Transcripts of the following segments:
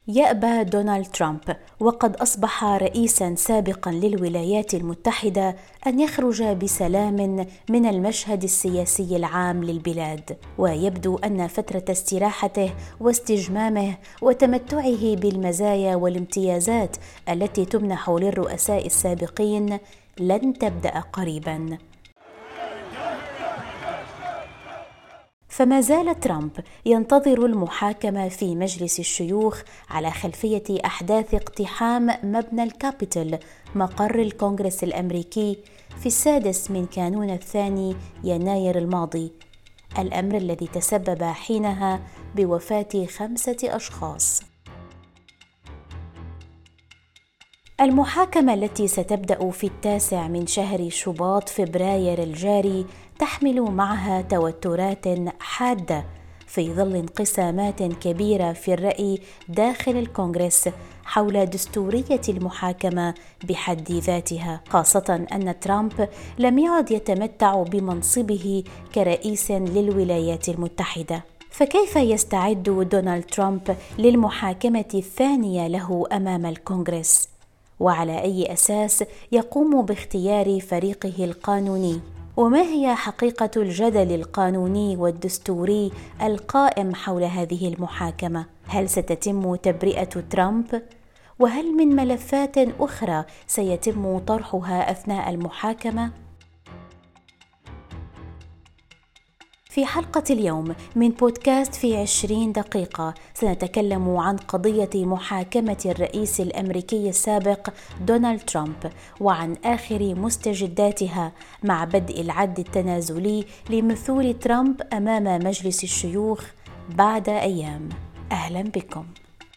يأبى دونالد ترامب وقد أصبح رئيساً سابقاً للولايات المتحدة أن يخرج بسلام من المشهد السياسي العام للبلاد، ويبدو أن فترة استراحته واستجمامه وتمتعه بالمزايا والامتيازات التي تمنح للرؤساء السابقين لن تبدأ قريباً. فما زال ترامب ينتظر المحاكمة في مجلس الشيوخ على خلفية أحداث اقتحام مبنى الكابيتول مقر الكونغرس الأمريكي في 6 من كانون الثاني يناير الماضي، الأمر الذي تسبب حينها بوفاة 5 أشخاص. المحاكمة التي ستبدأ في 9 من شهر شباط فبراير الجاري تحمل معها توترات حادة في ظل انقسامات كبيرة في الرأي داخل الكونغرس حول دستورية المحاكمة بحد ذاتها، خاصة أن ترامب لم يعد يتمتع بمنصبه كرئيس للولايات المتحدة. فكيف يستعد دونالد ترامب للمحاكمة الثانية له أمام الكونغرس؟ وعلى أي أساس يقوم باختيار فريقه القانوني؟ وما هي حقيقة الجدل القانوني والدستوري القائم حول هذه المحاكمة؟ هل ستتم تبرئة ترامب؟ وهل من ملفات أخرى سيتم طرحها أثناء المحاكمة؟ في حلقة اليوم من بودكاست في 20 دقيقة سنتكلم عن قضية محاكمة الرئيس الأمريكي السابق دونالد ترامب وعن آخر مستجداتها مع بدء العد التنازلي لمثول ترامب أمام مجلس الشيوخ بعد أيام. أهلا بكم.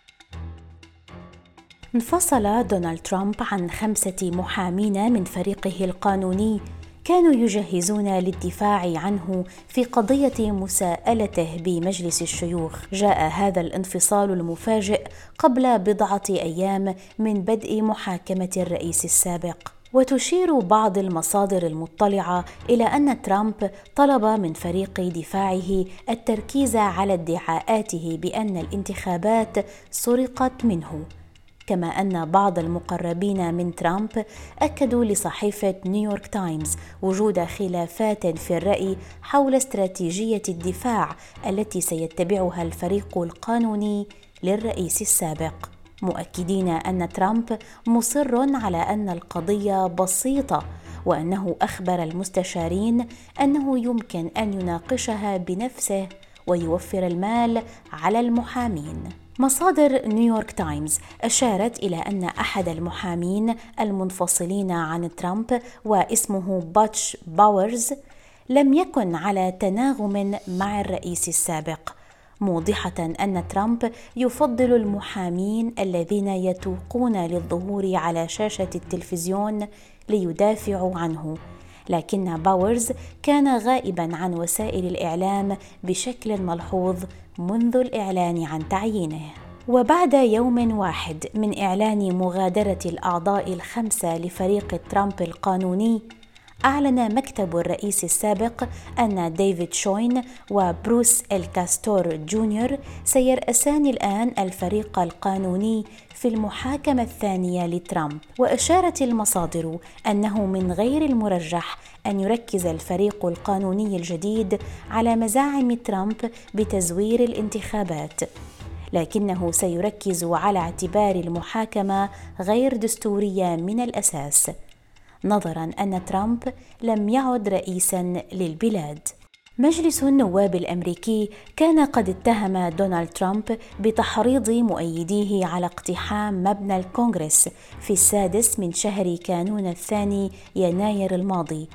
انفصل دونالد ترامب عن 5 محامين من فريقه القانوني كانوا يجهزون للدفاع عنه في قضية مساءلته بمجلس الشيوخ. جاء هذا الانفصال المفاجئ قبل بضعة أيام من بدء محاكمة الرئيس السابق، وتشير بعض المصادر المطلعة إلى أن ترامب طلب من فريق دفاعه التركيز على ادعاءاته بأن الانتخابات سرقت منه، كما أن بعض المقربين من ترامب أكدوا لصحيفة نيويورك تايمز وجود خلافات في الرأي حول استراتيجية الدفاع التي سيتبعها الفريق القانوني للرئيس السابق، مؤكدين أن ترامب مصر على أن القضية بسيطة وأنه أخبر المستشارين أنه يمكن أن يناقشها بنفسه ويوفر المال على المحامين. مصادر نيويورك تايمز أشارت إلى أن أحد المحامين المنفصلين عن ترامب واسمه باتش باورز لم يكن على تناغم مع الرئيس السابق، موضحة أن ترامب يفضل المحامين الذين يتوقون للظهور على شاشة التلفزيون ليدافعوا عنه، لكن باورز كان غائباً عن وسائل الإعلام بشكل ملحوظ منذ الإعلان عن تعيينه. وبعد يوم واحد من إعلان مغادرة الأعضاء ال5 لفريق ترامب القانوني، أعلن مكتب الرئيس السابق أن ديفيد شوين وبروس الكاستور جونيور سيرأسان الآن الفريق القانوني في المحاكمة الثانية لترامب. وأشارت المصادر أنه من غير المرجح أن يركز الفريق القانوني الجديد على مزاعم ترامب بتزوير الانتخابات، لكنه سيركز على اعتبار المحاكمة غير دستورية من الأساس، نظراً أن ترامب لم يعد رئيساً للبلاد. مجلس النواب الأمريكي كان قد اتهم دونالد ترامب بتحريض مؤيديه على اقتحام مبنى الكونغرس في 6 من شهر كانون الثاني يناير الماضي،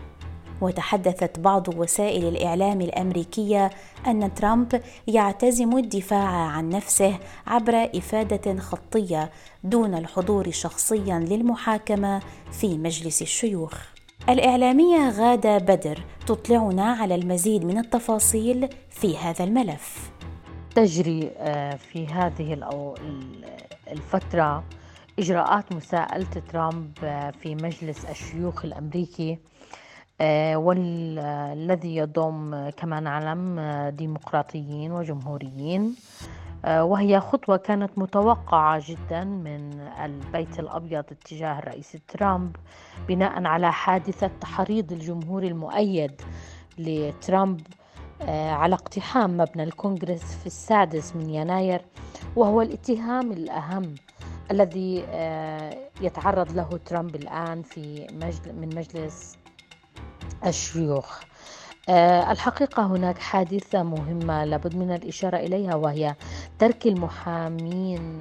وتحدثت بعض وسائل الإعلام الأمريكية أن ترامب يعتزم الدفاع عن نفسه عبر إفادة خطية دون الحضور شخصياً للمحاكمة في مجلس الشيوخ. الإعلامية غادة بدر تطلعنا على المزيد من التفاصيل في هذا الملف. تجري في هذه الفترة إجراءات مساءلة ترامب في مجلس الشيوخ الأمريكي، والذي يضم كما نعلم ديمقراطيين وجمهوريين. وهي خطوة كانت متوقعة جدا من البيت الأبيض اتجاه الرئيس ترامب، بناء على حادثة تحريض الجمهور المؤيد لترامب على اقتحام مبنى الكونغرس في 6 يناير، وهو الاتهام الأهم الذي يتعرض له ترامب الآن من مجلس الشيوخ. الحقيقة هناك حادثة مهمة لابد من الإشارة إليها، وهي ترك المحامين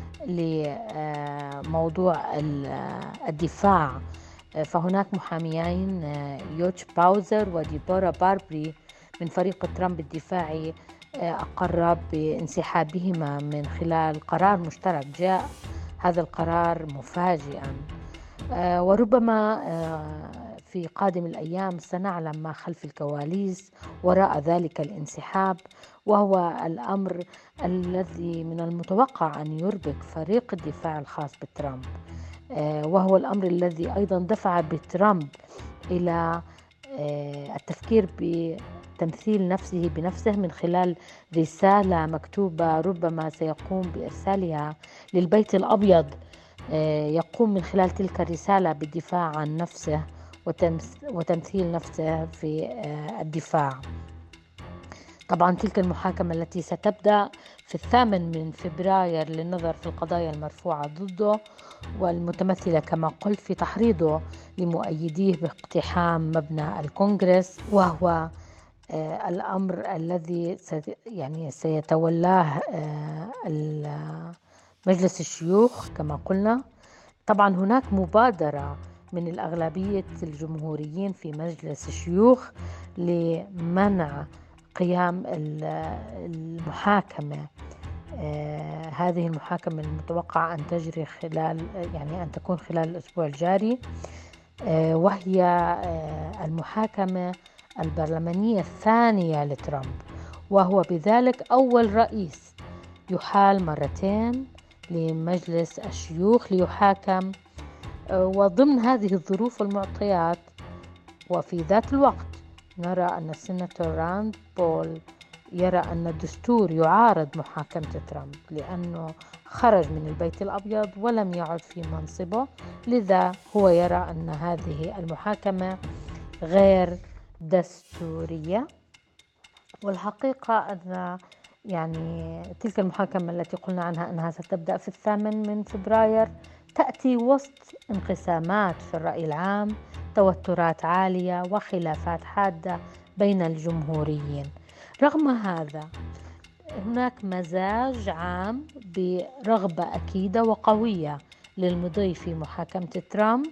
لموضوع الدفاع. فهناك محاميين يوتش باوزر وديبورا باربري من فريق ترامب الدفاعي أقر بانسحابهما من خلال قرار مشترك. جاء هذا القرار مفاجئا، وربما في قادم الأيام سنعلم ما خلف الكواليس وراء ذلك الانسحاب، وهو الأمر الذي من المتوقع أن يربك فريق الدفاع الخاص بترامب، وهو الأمر الذي أيضا دفع بترامب إلى التفكير بتمثيل نفسه بنفسه من خلال رسالة مكتوبة ربما سيقوم بإرسالها للبيت الأبيض، يقوم من خلال تلك الرسالة بالدفاع عن نفسه وتمثيل نفسه في الدفاع. طبعا تلك المحاكمة التي ستبدأ في 8 فبراير للنظر في القضايا المرفوعة ضده، والمتمثلة كما قلت في تحريضه لمؤيديه باقتحام مبنى الكونغرس، وهو الأمر الذي سيتولاه مجلس الشيوخ كما قلنا. طبعا هناك مبادرة من الأغلبية الجمهوريين في مجلس الشيوخ لمنع قيام المحاكمة. هذه المحاكمة المتوقع أن تجري أن تكون خلال الأسبوع الجاري، وهي المحاكمة البرلمانية الثانية لترامب، وهو بذلك أول رئيس يحال مرتين لمجلس الشيوخ ليحاكم. وضمن هذه الظروف والمعطيات وفي ذات الوقت نرى أن السيناتور راند بول يرى أن الدستور يعارض محاكمة ترامب لأنه خرج من البيت الأبيض ولم يعد في منصبه، لذا هو يرى أن هذه المحاكمة غير دستورية. والحقيقة أن تلك المحاكمة التي قلنا عنها أنها ستبدأ في 8 فبراير تأتي وسط انقسامات في الرأي العام، توترات عالية وخلافات حادة بين الجمهوريين. رغم هذا هناك مزاج عام برغبة أكيدة وقوية للمضي في محاكمة ترامب،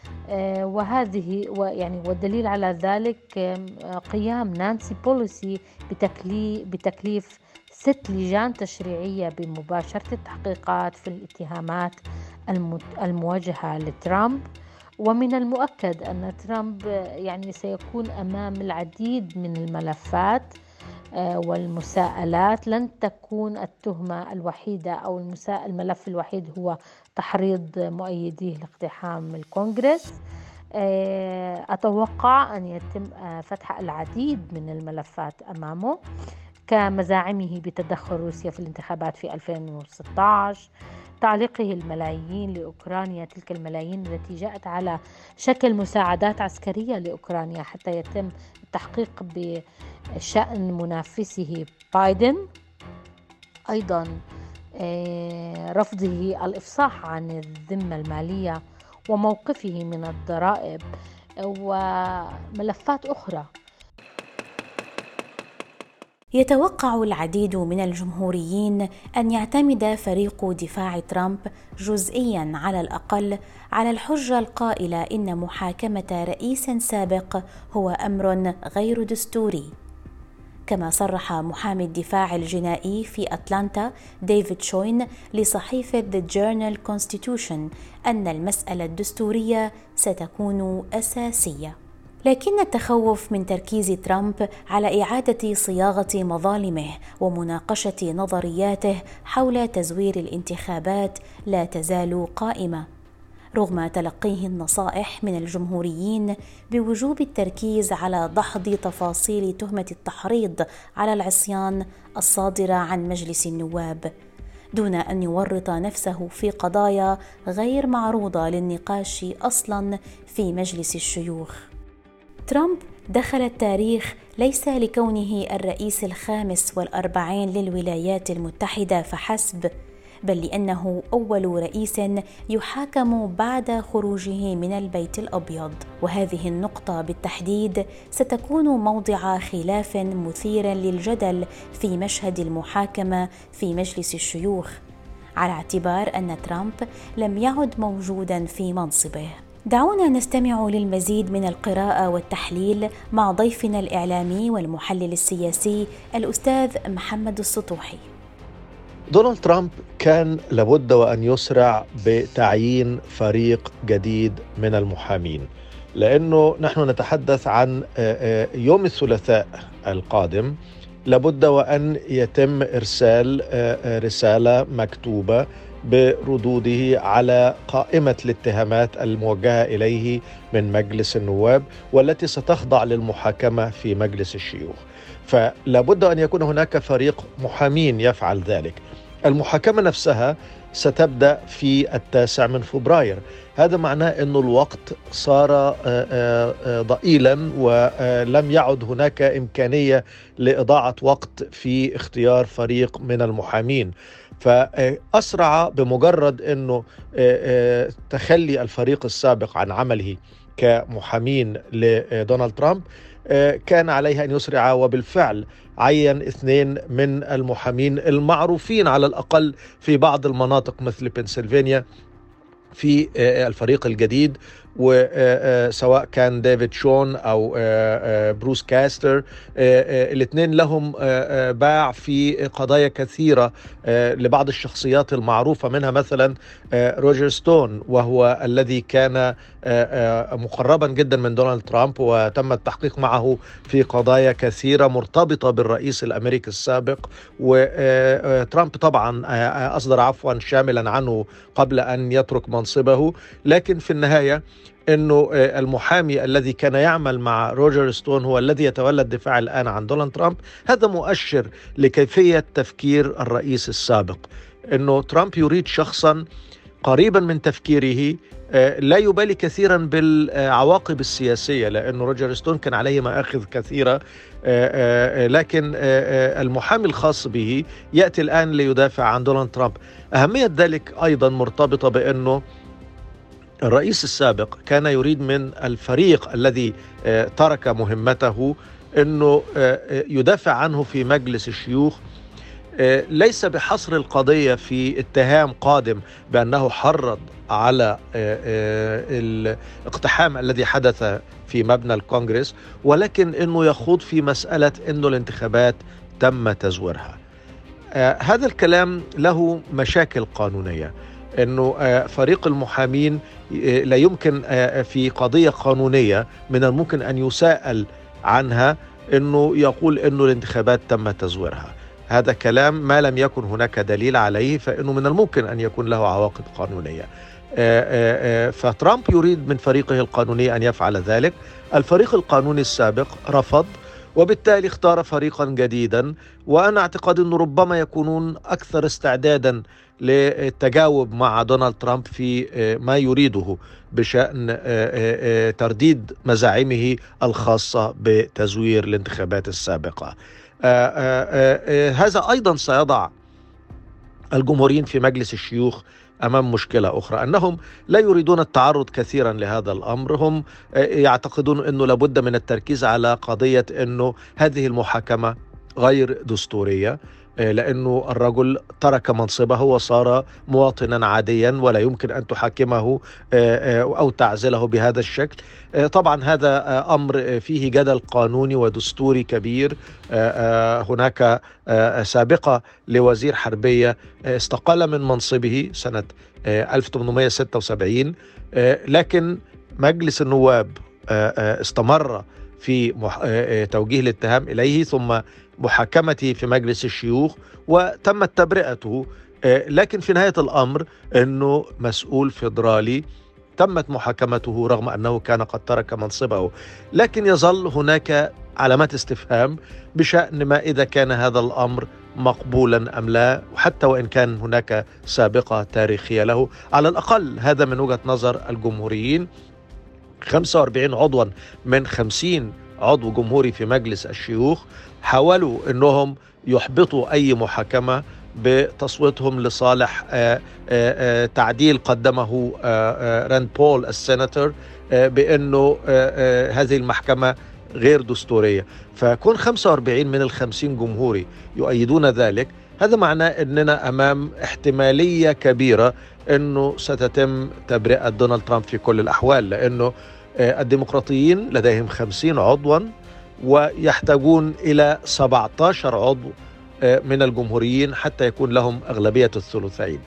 والدليل على ذلك قيام نانسي بوليسي بتكليف 6 لجان تشريعية بمباشرة التحقيقات في الاتهامات الموجهة لترامب. ومن المؤكد أن ترامب سيكون أمام العديد من الملفات والمساءلات. لن تكون التهمة الوحيدة أو الملف الوحيد هو تحريض مؤيديه لاقتحام الكونغرس. أتوقع أن يتم فتح العديد من الملفات أمامه، كمزاعمه بتدخل روسيا في الانتخابات في 2016، تعليقه الملايين لأوكرانيا، تلك الملايين التي جاءت على شكل مساعدات عسكرية لأوكرانيا حتى يتم التحقيق بشأن منافسه بايدن. أيضا رفضه الإفصاح عن الذمة المالية وموقفه من الضرائب وملفات أخرى. يتوقع العديد من الجمهوريين أن يعتمد فريق دفاع ترامب جزئياً على الأقل على الحجة القائلة إن محاكمة رئيس سابق هو أمر غير دستوري. كما صرح محامي الدفاع الجنائي في أتلانتا ديفيد شوين لصحيفة The Journal Constitution أن المسألة الدستورية ستكون أساسية. لكن التخوف من تركيز ترامب على إعادة صياغة مظالمه ومناقشة نظرياته حول تزوير الانتخابات لا تزال قائمة. رغم تلقيه النصائح من الجمهوريين بوجوب التركيز على دحض تفاصيل تهمة التحريض على العصيان الصادرة عن مجلس النواب، دون أن يورط نفسه في قضايا غير معروضة للنقاش أصلاً في مجلس الشيوخ. ترامب دخل التاريخ ليس لكونه الرئيس 45 للولايات المتحدة فحسب، بل لأنه أول رئيس يحاكم بعد خروجه من البيت الأبيض، وهذه النقطة بالتحديد ستكون موضع خلاف مثير للجدل في مشهد المحاكمة في مجلس الشيوخ، على اعتبار أن ترامب لم يعد موجوداً في منصبه. دعونا نستمع للمزيد من القراءة والتحليل مع ضيفنا الإعلامي والمحلل السياسي الأستاذ محمد السطوحي. دونالد ترامب كان لابد وأن يسرع بتعيين فريق جديد من المحامين، لأنه نحن نتحدث عن يوم الثلاثاء القادم لابد وأن يتم إرسال رسالة مكتوبة بردوده على قائمة الاتهامات الموجهة إليه من مجلس النواب والتي ستخضع للمحاكمة في مجلس الشيوخ. فلابد أن يكون هناك فريق محامين يفعل ذلك. المحاكمة نفسها ستبدأ في 9 فبراير. هذا معناه أن الوقت صار ضئيلا ولم يعد هناك إمكانية لإضاعة وقت في اختيار فريق من المحامين، فأسرع بمجرد أنه تخلي الفريق السابق عن عمله كمحامين لدونالد ترامب كان عليه أن يسرع، وبالفعل عين 2 من المحامين المعروفين على الأقل في بعض المناطق مثل بنسلفانيا في الفريق الجديد، وسواء كان ديفيد شون أو بروس كاستر، الاثنين لهم باع في قضايا كثيرة لبعض الشخصيات المعروفة، منها مثلا روجر ستون، وهو الذي كان مقربا جدا من دونالد ترامب وتم التحقيق معه في قضايا كثيرة مرتبطة بالرئيس الأمريكي السابق، وترامب طبعا أصدر عفوا شاملا عنه قبل أن يترك منصبه. لكن في النهاية أنه المحامي الذي كان يعمل مع روجر ستون هو الذي يتولى الدفاع الآن عن دونالد ترامب. هذا مؤشر لكيفية تفكير الرئيس السابق، أنه ترامب يريد شخصا قريبا من تفكيره لا يبالي كثيرا بالعواقب السياسية، لأنه روجر ستون كان عليه مآخذ كثيرة، لكن المحامي الخاص به يأتي الآن ليدافع عن دونالد ترامب. أهمية ذلك أيضا مرتبطة بأنه الرئيس السابق كان يريد من الفريق الذي ترك مهمته أنه يدافع عنه في مجلس الشيوخ، ليس بحصر القضية في اتهام قادم بأنه حرض على الاقتحام الذي حدث في مبنى الكونغرس، ولكن أنه يخوض في مسألة أنه الانتخابات تم تزويرها. هذا الكلام له مشاكل قانونية، أنه فريق المحامين لا يمكن في قضية قانونية من الممكن أن يساءل عنها أنه يقول أنه الانتخابات تم تزويرها. هذا كلام ما لم يكن هناك دليل عليه فإنه من الممكن أن يكون له عواقب قانونية. فترامب يريد من فريقه القانوني أن يفعل ذلك. الفريق القانوني السابق رفض، وبالتالي اختار فريقا جديدا، وأنا أعتقد أنه ربما يكونون أكثر استعدادا للتجاوب مع دونالد ترامب في ما يريده بشأن ترديد مزاعمه الخاصة بتزوير الانتخابات السابقة. هذا أيضا سيضع الجمهوريين في مجلس الشيوخ أمام مشكلة أخرى، أنهم لا يريدون التعرض كثيرا لهذا الأمر. هم يعتقدون أنه لابد من التركيز على قضية أنه هذه المحاكمة غير دستورية، لأنه الرجل ترك منصبه وصار مواطنا عاديا ولا يمكن أن تحاكمه أو تعزله بهذا الشكل. طبعا هذا أمر فيه جدل قانوني ودستوري كبير. هناك سابقة لوزير حربية استقال من منصبه سنة 1876، لكن مجلس النواب استمر في توجيه الاتهام إليه ثم محاكمته في مجلس الشيوخ وتمت تبرئته. لكن في نهاية الأمر أنه مسؤول فيدرالي تمت محاكمته رغم أنه كان قد ترك منصبه، لكن يظل هناك علامات استفهام بشأن ما إذا كان هذا الأمر مقبولا أم لا، حتى وإن كان هناك سابقة تاريخية له. على الأقل هذا من وجهة نظر الجمهوريين. 45 عضوا من 50 عضو جمهوري في مجلس الشيوخ حاولوا أنهم يحبطوا أي محاكمة بتصويتهم لصالح تعديل قدمه راند بول السيناتور بأنه هذه المحكمة غير دستورية. فكون 45 من 50 جمهوري يؤيدون ذلك، هذا معناه أننا أمام احتمالية كبيرة أنه ستتم تبرئة دونالد ترامب في كل الأحوال، لأنه الديمقراطيين لديهم 50 عضوا ويحتاجون إلى 17 عضو من الجمهوريين حتى يكون لهم أغلبية الثلثين،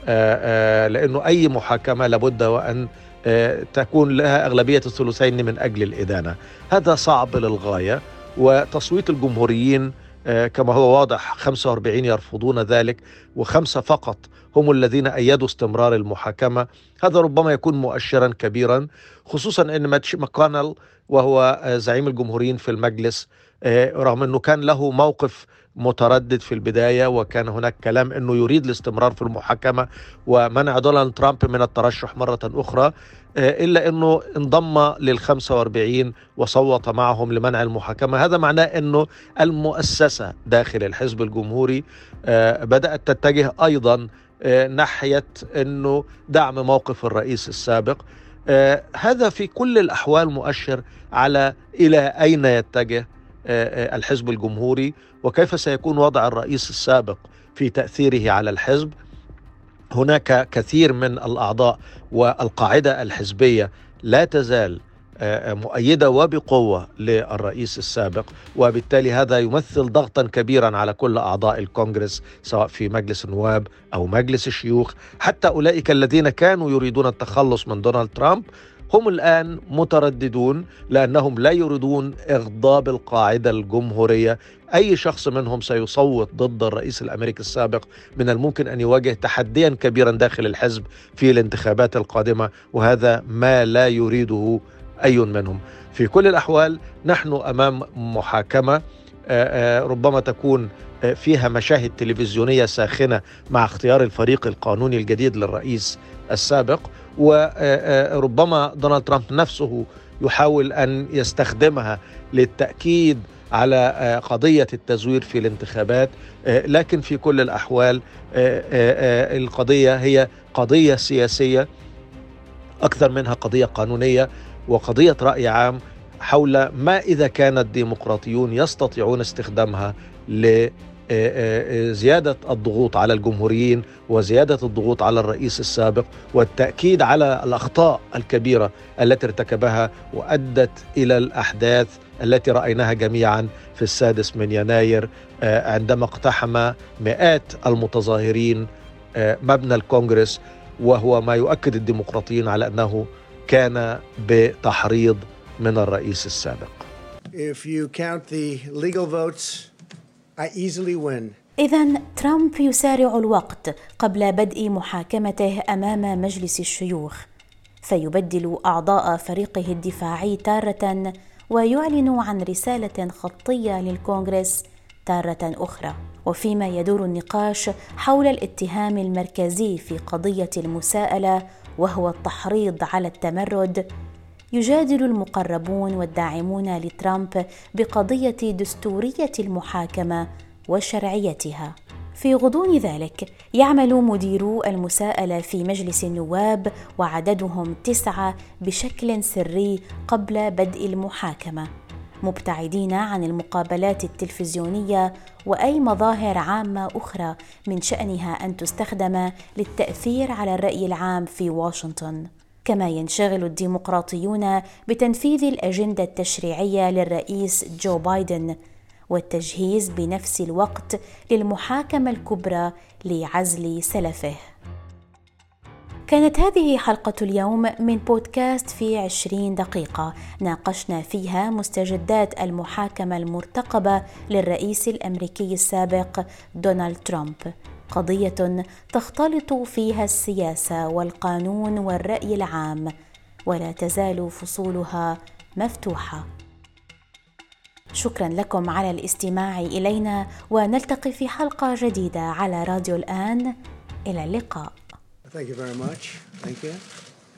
لأنه أي محاكمة لابد وأن تكون لها أغلبية الثلثين من أجل الإدانة. هذا صعب للغاية، وتصويت الجمهوريين كما هو واضح 45 يرفضون ذلك و5 فقط هم الذين أيدوا استمرار المحاكمة. هذا ربما يكون مؤشرا كبيرا، خصوصا أن ماتش ماكونيل وهو زعيم الجمهوريين في المجلس، رغم أنه كان له موقف متردد في البداية وكان هناك كلام أنه يريد الاستمرار في المحاكمة ومنع دونالد ترامب من الترشح مرة أخرى، إلا أنه انضم لل45 وصوت معهم لمنع المحاكمة. هذا معناه أنه المؤسسة داخل الحزب الجمهوري بدأت تتجه أيضا ناحية أنه دعم موقف الرئيس السابق. هذا في كل الأحوال مؤشر على إلى أين يتجه الحزب الجمهوري وكيف سيكون وضع الرئيس السابق في تأثيره على الحزب. هناك كثير من الأعضاء والقاعدة الحزبية لا تزال مؤيدة وبقوة للرئيس السابق، وبالتالي هذا يمثل ضغطا كبيرا على كل أعضاء الكونغرس سواء في مجلس النواب أو مجلس الشيوخ. حتى أولئك الذين كانوا يريدون التخلص من دونالد ترامب هم الآن مترددون لأنهم لا يريدون إغضاب القاعدة الجمهورية. أي شخص منهم سيصوت ضد الرئيس الأمريكي السابق من الممكن أن يواجه تحديا كبيرا داخل الحزب في الانتخابات القادمة، وهذا ما لا يريده أي منهم. في كل الأحوال نحن أمام محاكمة ربما تكون فيها مشاهد تلفزيونية ساخنة مع اختيار الفريق القانوني الجديد للرئيس السابق، وربما دونالد ترامب نفسه يحاول أن يستخدمها للتأكيد على قضية التزوير في الانتخابات. لكن في كل الأحوال القضية هي قضية سياسية أكثر منها قضية قانونية وقضية رأي عام حول ما إذا كان الديمقراطيون يستطيعون استخدامها لزيادة الضغوط على الجمهوريين وزيادة الضغوط على الرئيس السابق والتأكيد على الأخطاء الكبيرة التي ارتكبها وأدت إلى الأحداث التي رأيناها جميعا في 6 يناير عندما اقتحم مئات المتظاهرين مبنى الكونغرس، وهو ما يؤكد الديمقراطيين على أنه كان بتحريض من الرئيس السابق. If you count the legal votes, I easily win. إذن ترامب يسارع الوقت قبل بدء محاكمته أمام مجلس الشيوخ، فيبدل أعضاء فريقه الدفاعي تارة ويعلن عن رسالة خطية للكونغرس تارة أخرى. وفيما يدور النقاش حول الاتهام المركزي في قضية المساءلة وهو التحريض على التمرد، يجادل المقربون والداعمون لترامب بقضية دستورية المحاكمة وشرعيتها. في غضون ذلك يعمل مديرو المساءلة في مجلس النواب وعددهم 9 بشكل سري قبل بدء المحاكمة، مبتعدين عن المقابلات التلفزيونية وأي مظاهر عامة أخرى من شأنها أن تستخدم للتأثير على الرأي العام في واشنطن. كما ينشغل الديمقراطيون بتنفيذ الأجندة التشريعية للرئيس جو بايدن والتجهيز بنفس الوقت للمحاكمة الكبرى لعزل سلفه. كانت هذه حلقة اليوم من بودكاست في 20 دقيقة، ناقشنا فيها مستجدات المحاكمة المرتقبة للرئيس الأمريكي السابق دونالد ترامب. قضية تختلط فيها السياسة والقانون والرأي العام، ولا تزال فصولها مفتوحة. شكرا لكم على الاستماع إلينا، ونلتقي في حلقة جديدة على راديو الآن. إلى اللقاء. Thank you very much. Thank you.